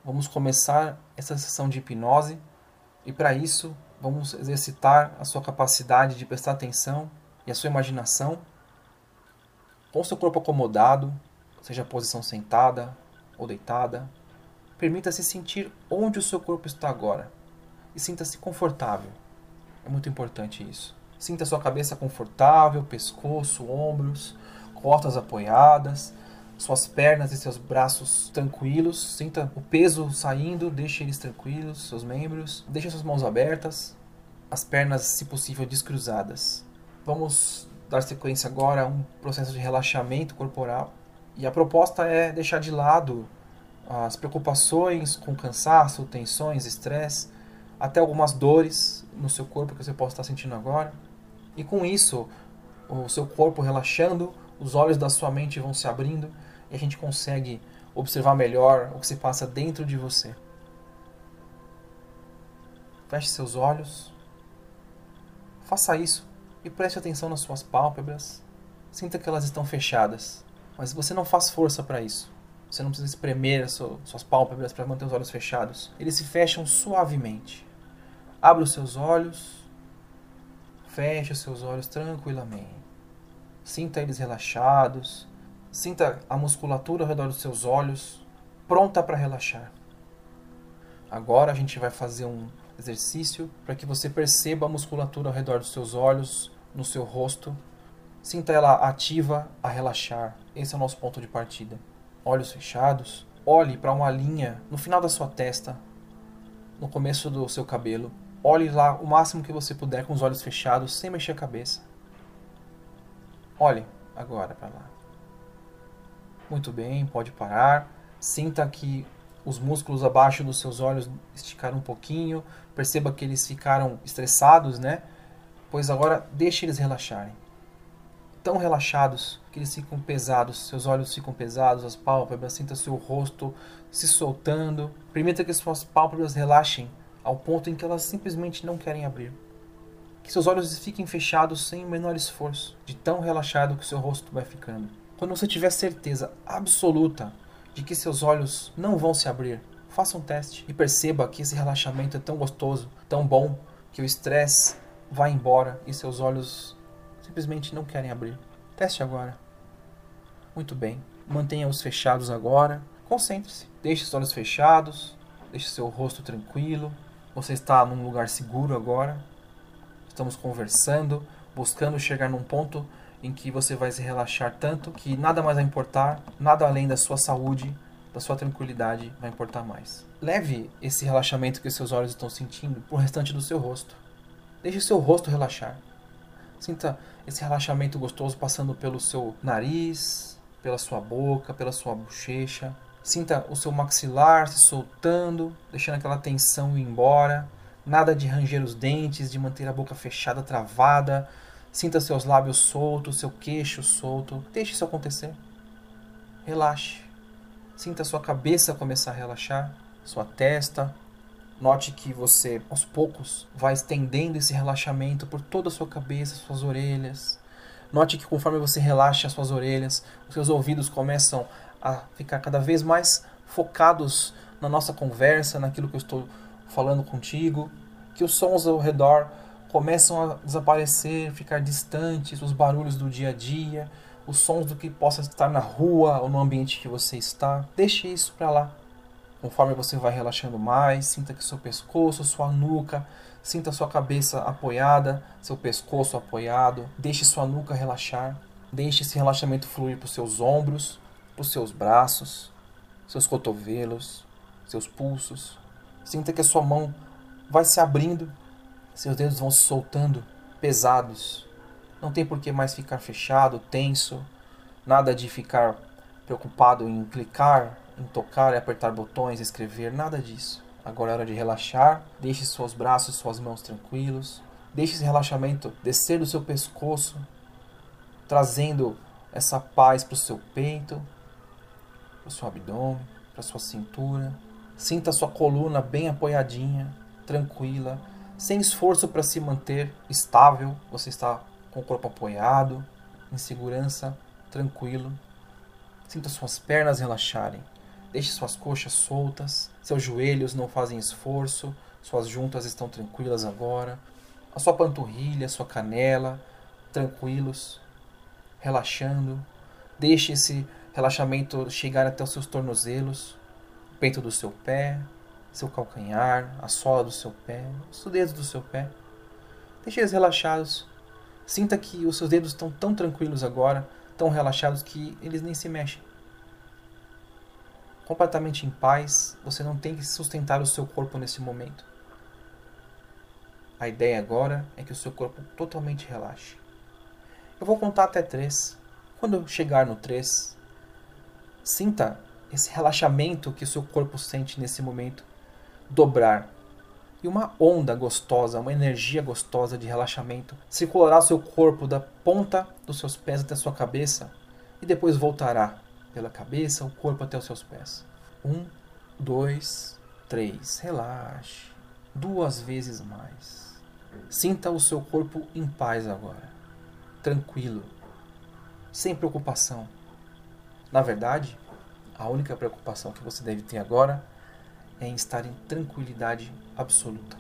Vamos começar essa sessão de hipnose e para isso vamos exercitar a sua capacidade de prestar atenção e a sua imaginação com o seu corpo acomodado, seja a posição sentada ou deitada. Permita-se sentir onde o seu corpo está agora e sinta-se confortável. É muito importante isso. Sinta a sua cabeça confortável, pescoço, ombros, costas apoiadas, suas pernas e seus braços tranquilos. Sinta o peso saindo, deixe eles tranquilos, seus membros. Deixe suas mãos abertas, as pernas, se possível, descruzadas. Vamos dar sequência agora a um processo de relaxamento corporal. E a proposta é deixar de lado as preocupações com cansaço, tensões, estresse, até algumas dores no seu corpo que você possa estar sentindo agora. E com isso, o seu corpo relaxando, os olhos da sua mente vão se abrindo e a gente consegue observar melhor o que se passa dentro de você. Feche seus olhos. Faça isso e preste atenção nas suas pálpebras. Sinta que elas estão fechadas, mas você não faz força para isso. Você não precisa espremer suas pálpebras para manter os olhos fechados. Eles se fecham suavemente. Abra os seus olhos. Feche os seus olhos tranquilamente. Sinta eles relaxados. Sinta a musculatura ao redor dos seus olhos, pronta para relaxar. Agora a gente vai fazer um exercício para que você perceba a musculatura ao redor dos seus olhos, no seu rosto. Sinta ela ativa a relaxar. Esse é o nosso ponto de partida. Olhos fechados. Olhe para uma linha no final da sua testa, no começo do seu cabelo. Olhe lá o máximo que você puder com os olhos fechados, sem mexer a cabeça. Olhe agora para lá. Muito bem, pode parar. Sinta que os músculos abaixo dos seus olhos esticaram um pouquinho. Perceba que eles ficaram estressados, né? Pois agora deixe eles relaxarem. Tão relaxados que eles ficam pesados. Seus olhos ficam pesados, as pálpebras. Sinta seu rosto se soltando. Permita que suas pálpebras relaxem ao ponto em que elas simplesmente não querem abrir. Que seus olhos fiquem fechados sem o menor esforço, de tão relaxado que seu rosto vai ficando. Quando você tiver certeza absoluta de que seus olhos não vão se abrir, faça um teste e perceba que esse relaxamento é tão gostoso, tão bom, que o estresse vai embora e seus olhos simplesmente não querem abrir. Teste agora. Muito bem. Mantenha-os fechados agora. Concentre-se. Deixe os olhos fechados. Deixe seu rosto tranquilo. Você está num lugar seguro agora. Estamos conversando, buscando chegar num ponto em que você vai se relaxar tanto que nada mais vai importar, nada além da sua saúde, da sua tranquilidade vai importar mais. Leve esse relaxamento que seus olhos estão sentindo para o restante do seu rosto. Deixe seu rosto relaxar. Sinta esse relaxamento gostoso passando pelo seu nariz, pela sua boca, pela sua bochecha. Sinta o seu maxilar se soltando, deixando aquela tensão ir embora. Nada de ranger os dentes, de manter a boca fechada, travada. Sinta seus lábios soltos, seu queixo solto. Deixe isso acontecer. Relaxe. Sinta sua cabeça começar a relaxar, sua testa. Note que você, aos poucos, vai estendendo esse relaxamento por toda a sua cabeça, suas orelhas. Note que conforme você relaxa as suas orelhas, os seus ouvidos começam a ficar cada vez mais focados na nossa conversa, naquilo que eu estou falando contigo. Que os sons ao redor começam a desaparecer, ficar distantes, os barulhos do dia a dia, os sons do que possa estar na rua ou no ambiente que você está. Deixe isso para lá. Conforme você vai relaxando mais, sinta que seu pescoço, sua nuca, sinta sua cabeça apoiada, seu pescoço apoiado. Deixe sua nuca relaxar. Deixe esse relaxamento fluir para os seus ombros, para os seus braços, seus cotovelos, seus pulsos. Sinta que a sua mão vai se abrindo, seus dedos vão se soltando, pesados. Não tem por que mais ficar fechado, tenso. Nada de ficar preocupado em clicar, em tocar e apertar botões, escrever, nada disso. Agora é hora de relaxar. Deixe seus braços, suas mãos tranquilos. Deixe esse relaxamento descer do seu pescoço, trazendo essa paz para o seu peito, para o seu abdômen, para a sua cintura. Sinta a sua coluna bem apoiadinha, tranquila, sem esforço para se manter estável. Você está com o corpo apoiado, em segurança, tranquilo. Sinta suas pernas relaxarem. Deixe suas coxas soltas, seus joelhos não fazem esforço, suas juntas estão tranquilas agora, a sua panturrilha, a sua canela, tranquilos, relaxando. Deixe esse relaxamento chegar até os seus tornozelos, o peito do seu pé, seu calcanhar, a sola do seu pé, os dedos do seu pé. Deixe eles relaxados. Sinta que os seus dedos estão tão tranquilos agora, tão relaxados que eles nem se mexem. Completamente em paz, você não tem que sustentar o seu corpo nesse momento. A ideia agora é que o seu corpo totalmente relaxe. Eu vou contar até 3. Quando eu chegar no 3, sinta esse relaxamento que o seu corpo sente nesse momento dobrar. E uma onda gostosa, uma energia gostosa de relaxamento circulará o seu corpo da ponta dos seus pés até a sua cabeça e depois voltará pela cabeça, o corpo até os seus pés. 1, 2, 3. Relaxe. 2 vezes mais. Sinta o seu corpo em paz agora. Tranquilo. Sem preocupação. Na verdade, a única preocupação que você deve ter agora é em estar em tranquilidade absoluta.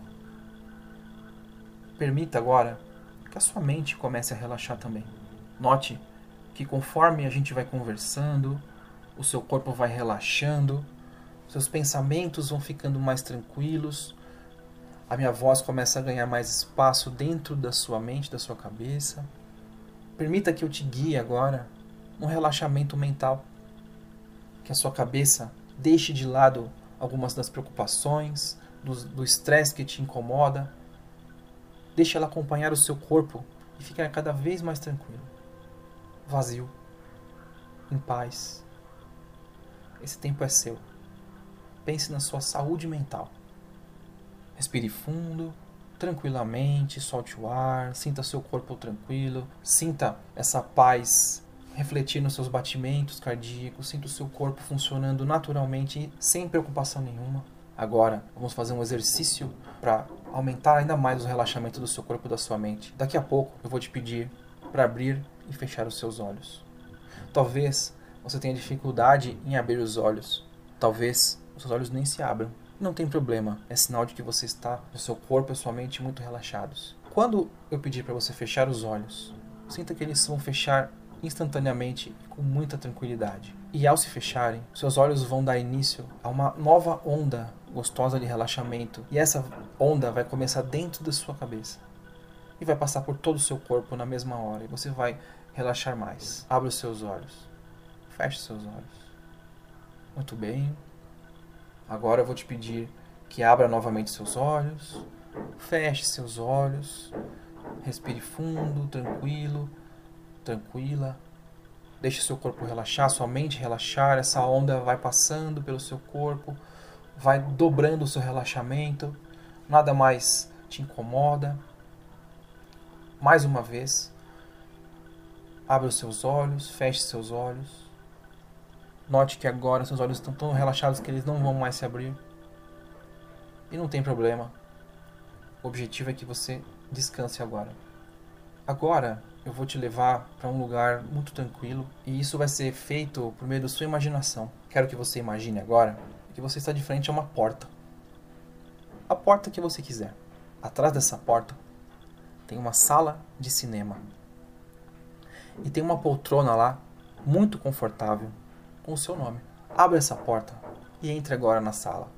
Permita agora que a sua mente comece a relaxar também. Note que conforme a gente vai conversando, o seu corpo vai relaxando, seus pensamentos vão ficando mais tranquilos, a minha voz começa a ganhar mais espaço dentro da sua mente, da sua cabeça. Permita que eu te guie agora num relaxamento mental, que a sua cabeça deixe de lado algumas das preocupações, do estresse que te incomoda. Deixe ela acompanhar o seu corpo e ficar cada vez mais tranquilo, vazio, em paz. Esse tempo é seu. Pense na sua saúde mental. Respire fundo, tranquilamente, solte o ar, sinta seu corpo tranquilo, sinta essa paz refletir nos seus batimentos cardíacos, sinta o seu corpo funcionando naturalmente, sem preocupação nenhuma. Agora, vamos fazer um exercício para aumentar ainda mais o relaxamento do seu corpo e da sua mente. Daqui a pouco, eu vou te pedir para abrir e fechar os seus olhos. Talvez você tenha dificuldade em abrir os olhos. Talvez os seus olhos nem se abram. Não tem problema, é sinal de que você está, o seu corpo e a sua mente muito relaxados. Quando eu pedir para você fechar os olhos, sinta que eles vão fechar instantaneamente e com muita tranquilidade. E ao se fecharem, seus olhos vão dar início a uma nova onda gostosa de relaxamento. E essa onda vai começar dentro da sua cabeça e vai passar por todo o seu corpo na mesma hora. E você vai relaxar mais. Abra os seus olhos. Feche os seus olhos. Muito bem. Agora eu vou te pedir que abra novamente seus olhos. Feche seus olhos. Respire fundo, tranquilo. Tranquila, deixe seu corpo relaxar, sua mente relaxar, essa onda vai passando pelo seu corpo, vai dobrando o seu relaxamento, nada mais te incomoda. Mais uma vez, abra os seus olhos, feche seus olhos, note que agora seus olhos estão tão relaxados que eles não vão mais se abrir, e não tem problema, o objetivo é que você descanse agora. Agora, eu vou te levar para um lugar muito tranquilo e isso vai ser feito por meio da sua imaginação. Quero que você imagine agora que você está de frente a uma porta. A porta que você quiser. Atrás dessa porta tem uma sala de cinema. E tem uma poltrona lá, muito confortável, com o seu nome. Abra essa porta e entre agora na sala.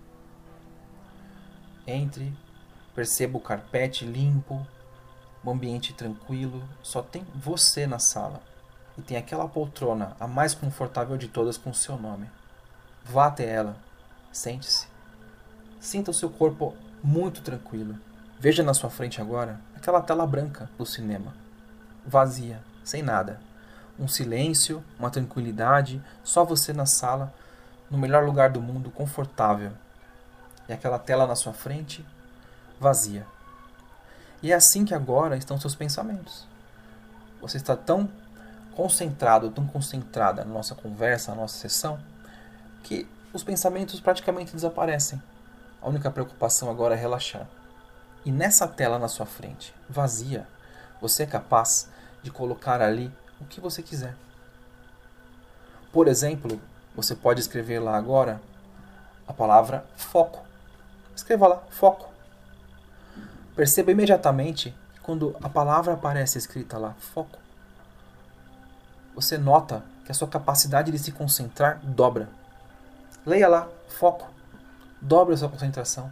Entre, perceba o carpete limpo, um ambiente tranquilo, só tem você na sala. E tem aquela poltrona, a mais confortável de todas, com o seu nome. Vá até ela, sente-se. Sinta o seu corpo muito tranquilo. Veja na sua frente agora aquela tela branca do cinema. Vazia, sem nada. Um silêncio, uma tranquilidade, só você na sala, no melhor lugar do mundo, confortável. E aquela tela na sua frente, vazia. E é assim que agora estão seus pensamentos. Você está tão concentrado, tão concentrada na nossa conversa, na nossa sessão, que os pensamentos praticamente desaparecem. A única preocupação agora é relaxar. E nessa tela na sua frente, vazia, você é capaz de colocar ali o que você quiser. Por exemplo, Você pode escrever lá agora a palavra foco. Escreva lá, foco. Perceba imediatamente que quando a palavra aparece escrita lá, foco, você nota que a sua capacidade de se concentrar dobra. Leia lá, foco. Dobra a sua concentração.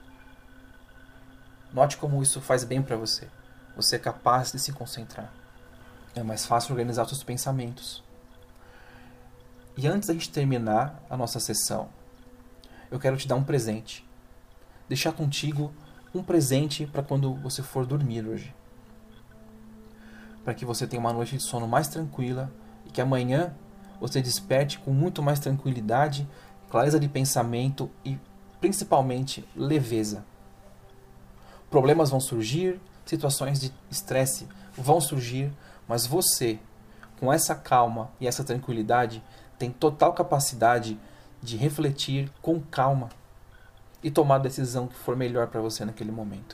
Note como isso faz bem para você. Você é capaz de se concentrar. É mais fácil organizar seus pensamentos. E antes da gente terminar a nossa sessão, eu quero te dar um presente. Deixar contigo um presente para quando você for dormir hoje. Para que você tenha uma noite de sono mais tranquila e que amanhã você desperte com muito mais tranquilidade, clareza de pensamento e principalmente leveza. Problemas vão surgir, situações de estresse vão surgir, mas você, com essa calma e essa tranquilidade, tem total capacidade de refletir com calma e tomar a decisão que for melhor para você naquele momento.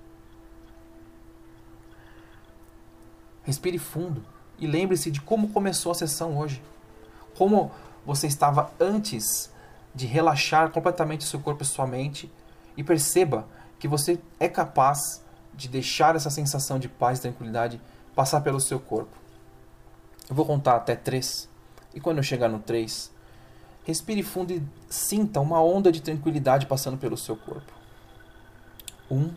Respire fundo e lembre-se de como começou a sessão hoje. Como você estava antes de relaxar completamente o seu corpo e sua mente, e perceba que você é capaz de deixar essa sensação de paz e tranquilidade passar pelo seu corpo. Eu vou contar até 3, e quando eu chegar no 3, respire fundo e sinta uma onda de tranquilidade passando pelo seu corpo. 1,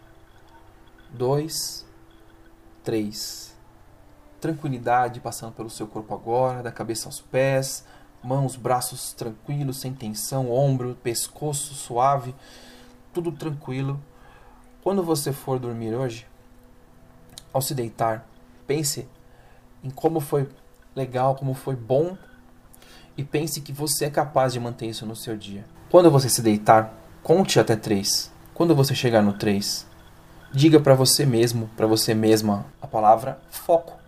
2, 3. Tranquilidade passando pelo seu corpo agora, da cabeça aos pés, mãos, braços tranquilos, sem tensão, ombro, pescoço suave, tudo tranquilo. Quando você for dormir hoje, ao se deitar, pense em como foi legal, como foi bom, e pense que você é capaz de manter isso no seu dia. Quando você se deitar, conte até 3. Quando você chegar no 3, diga para você mesmo, para você mesma, a palavra foco.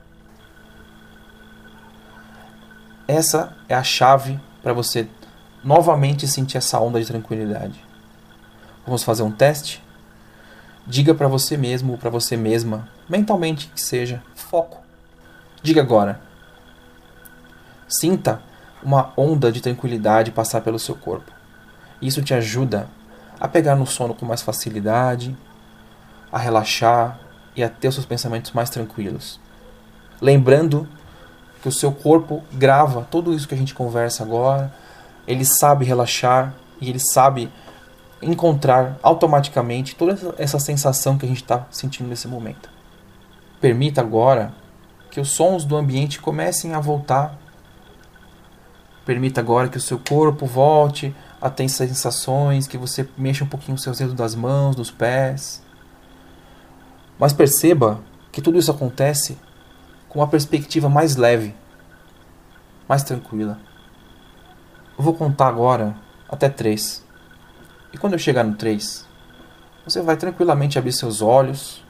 Essa é a chave para você novamente sentir essa onda de tranquilidade. Vamos fazer um teste? Diga para você mesmo ou para você mesma, mentalmente que seja, foco. Diga agora. Sinta uma onda de tranquilidade passar pelo seu corpo. Isso te ajuda a pegar no sono com mais facilidade, a relaxar e a ter os seus pensamentos mais tranquilos. Lembrando que o seu corpo grava tudo isso que a gente conversa agora, ele sabe relaxar e ele sabe encontrar automaticamente toda essa sensação que a gente está sentindo nesse momento. Permita agora que os sons do ambiente comecem a voltar. Permita agora que o seu corpo volte a ter sensações, que você mexa um pouquinho os seus dedos das mãos, dos pés. Mas perceba que tudo isso acontece com uma perspectiva mais leve, mais tranquila. Eu vou contar agora até 3. E quando eu chegar no 3, você vai tranquilamente abrir seus olhos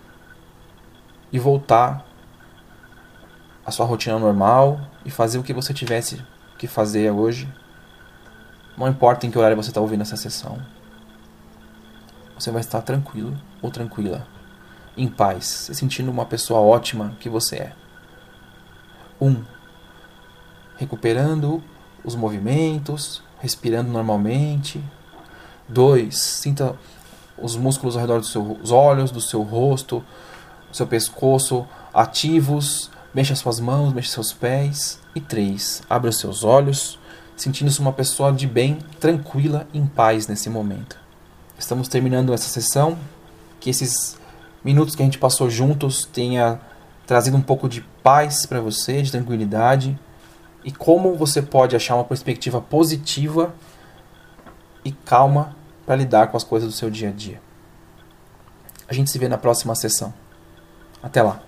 e voltar à sua rotina normal e fazer o que você tivesse que fazer hoje. Não importa em que horário você está ouvindo essa sessão. Você vai estar tranquilo ou tranquila, em paz, se sentindo uma pessoa ótima que você é. 1. Recuperando os movimentos, respirando normalmente. 2. Sinta os músculos ao redor dos seus olhos, do seu rosto, do seu pescoço ativos. Mexa suas mãos, mexa seus pés. E 3. Abra os seus olhos, sentindo-se uma pessoa de bem, tranquila, em paz nesse momento. Estamos terminando essa sessão. Que esses minutos que a gente passou juntos tenha trazido um pouco de paz para você, de tranquilidade. E como você pode achar uma perspectiva positiva e calma para lidar com as coisas do seu dia a dia. A gente se vê na próxima sessão. Até lá!